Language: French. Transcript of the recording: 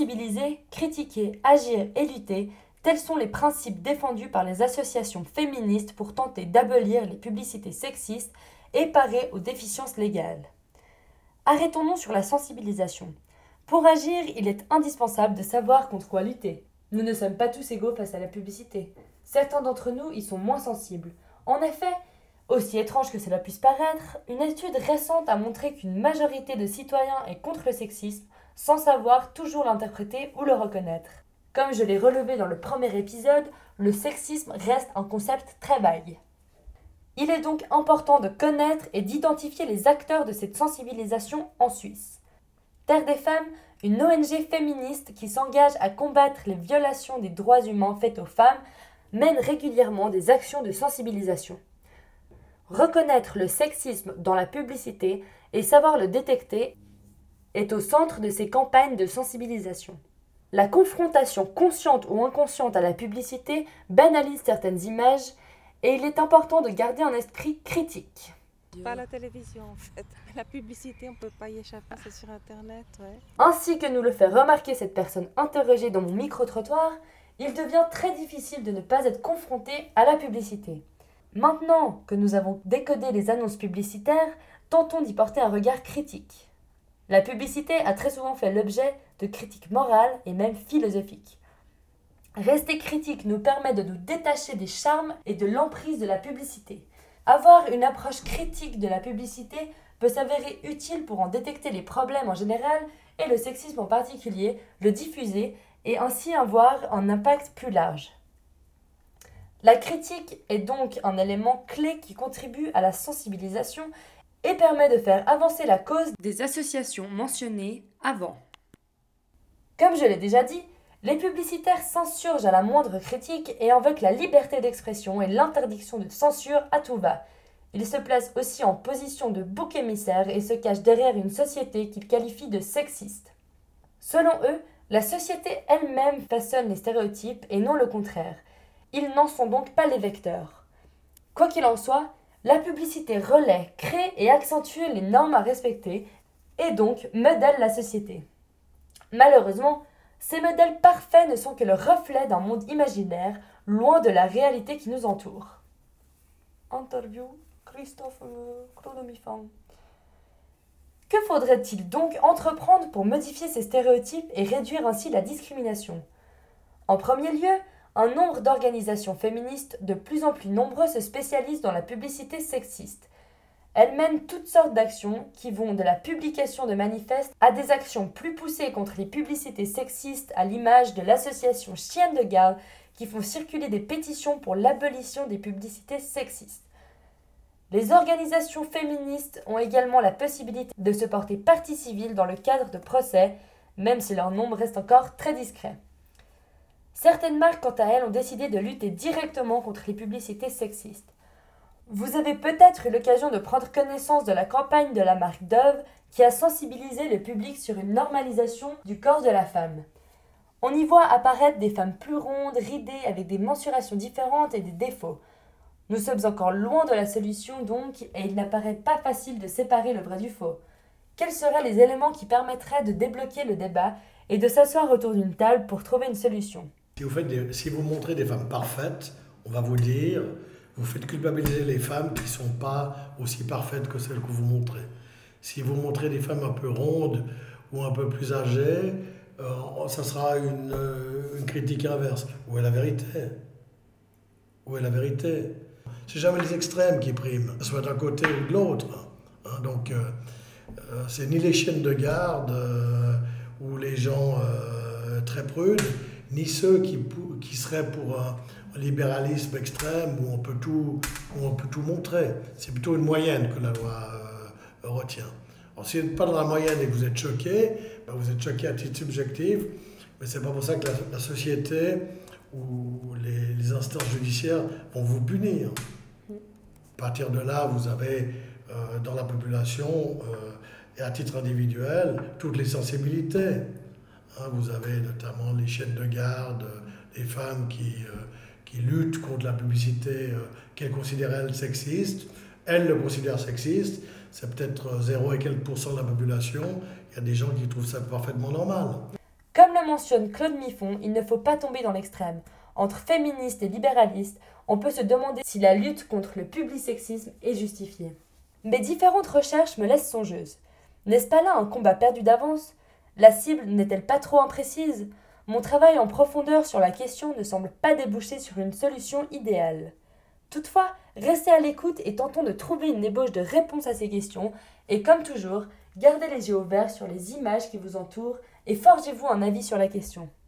sensibiliser, critiquer, agir et lutter, tels sont les principes défendus par les associations féministes pour tenter d'abolir les publicités sexistes et parer aux déficiences légales. Arrêtons-nous sur la sensibilisation. Pour agir, il est indispensable de savoir contre quoi lutter. Nous ne sommes pas tous égaux face à la publicité. Certains d'entre nous y sont moins sensibles. En effet, aussi étrange que cela puisse paraître, une étude récente a montré qu'une majorité de citoyens est contre le sexisme, sans savoir toujours l'interpréter ou le reconnaître. Comme je l'ai relevé dans le premier épisode, le sexisme reste un concept très vague. Il est donc important de connaître et d'identifier les acteurs de cette sensibilisation en Suisse. Terre des femmes, une ONG féministe qui s'engage à combattre les violations des droits humains faites aux femmes, mène régulièrement des actions de sensibilisation. Reconnaître le sexisme dans la publicité et savoir le détecter est au centre de ces campagnes de sensibilisation. La confrontation consciente ou inconsciente à la publicité banalise certaines images et il est important de garder un esprit critique. Pas la télévision en fait. La publicité, on ne peut pas y échapper, c'est sur internet, ouais. Ainsi que nous le fait remarquer cette personne interrogée dans mon micro-trottoir, il devient très difficile de ne pas être confronté à la publicité. Maintenant que nous avons décodé les annonces publicitaires, tentons d'y porter un regard critique. La publicité a très souvent fait l'objet de critiques morales et même philosophiques. Rester critique nous permet de nous détacher des charmes et de l'emprise de la publicité. Avoir une approche critique de la publicité peut s'avérer utile pour en détecter les problèmes en général et le sexisme en particulier, le diffuser et ainsi avoir un impact plus large. La critique est donc un élément clé qui contribue à la sensibilisation et permet de faire avancer la cause des associations mentionnées avant. Comme je l'ai déjà dit, les publicitaires s'insurgent à la moindre critique et invoquent la liberté d'expression et l'interdiction de censure à tout va. Ils se placent aussi en position de bouc émissaire et se cachent derrière une société qu'ils qualifient de sexiste. Selon eux, la société elle-même façonne les stéréotypes et non le contraire. Ils n'en sont donc pas les vecteurs. Quoi qu'il en soit, la publicité relaie, crée et accentue les normes à respecter et donc modèle la société. Malheureusement, ces modèles parfaits ne sont que le reflet d'un monde imaginaire, loin de la réalité qui nous entoure. Interview Christophe Chronomifan. Que faudrait-il donc entreprendre pour modifier ces stéréotypes et réduire ainsi la discrimination ? En premier lieu, un nombre d'organisations féministes de plus en plus nombreux se spécialisent dans la publicité sexiste. Elles mènent toutes sortes d'actions qui vont de la publication de manifestes à des actions plus poussées contre les publicités sexistes à l'image de l'association Chiennes de Garde qui font circuler des pétitions pour l'abolition des publicités sexistes. Les organisations féministes ont également la possibilité de se porter partie civile dans le cadre de procès, même si leur nombre reste encore très discret. Certaines marques, quant à elles, ont décidé de lutter directement contre les publicités sexistes. Vous avez peut-être eu l'occasion de prendre connaissance de la campagne de la marque Dove qui a sensibilisé le public sur une normalisation du corps de la femme. On y voit apparaître des femmes plus rondes, ridées, avec des mensurations différentes et des défauts. Nous sommes encore loin de la solution donc, et il n'apparaît pas facile de séparer le vrai du faux. Quels seraient les éléments qui permettraient de débloquer le débat et de s'asseoir autour d'une table pour trouver une solution ? Si vous montrez des femmes parfaites, on va vous dire, vous faites culpabiliser les femmes qui ne sont pas aussi parfaites que celles que vous montrez. Si vous montrez des femmes un peu rondes ou un peu plus âgées, ça sera une critique inverse. Où est la vérité ? Où est la vérité ? C'est jamais les extrêmes qui priment, soit d'un côté ou de l'autre. Donc, c'est ni les chiennes de garde ou les gens très prudes, ni ceux qui seraient pour un libéralisme extrême où on peut tout montrer. C'est plutôt une moyenne que la loi retient. Alors, si vous n'êtes pas dans la moyenne et que vous êtes choqué, vous êtes choqué à titre subjectif, mais c'est pas pour ça que la société ou les instances judiciaires vont vous punir. À partir de là, vous avez dans la population et à titre individuel toutes les sensibilités. Vous avez notamment les chiennes de garde, les femmes qui luttent contre la publicité qu'elles considèrent elles sexiste. Elles le considèrent sexiste. C'est peut-être 0 et quelques % de la population. Il y a des gens qui trouvent ça parfaitement normal. Comme le le mentionne Claude Miffon, il ne faut pas tomber dans l'extrême. Entre féministes et libéralistes, on peut se demander si la lutte contre le publisexisme est justifiée. Mais différentes recherches me laissent songeuse. N'est-ce pas là un combat perdu d'avance ? La cible n'est-elle pas trop imprécise ? Mon travail en profondeur sur la question ne semble pas déboucher sur une solution idéale. Toutefois, restez à l'écoute et tentons de trouver une ébauche de réponse à ces questions, et comme toujours, gardez les yeux ouverts sur les images qui vous entourent et forgez-vous un avis sur la question.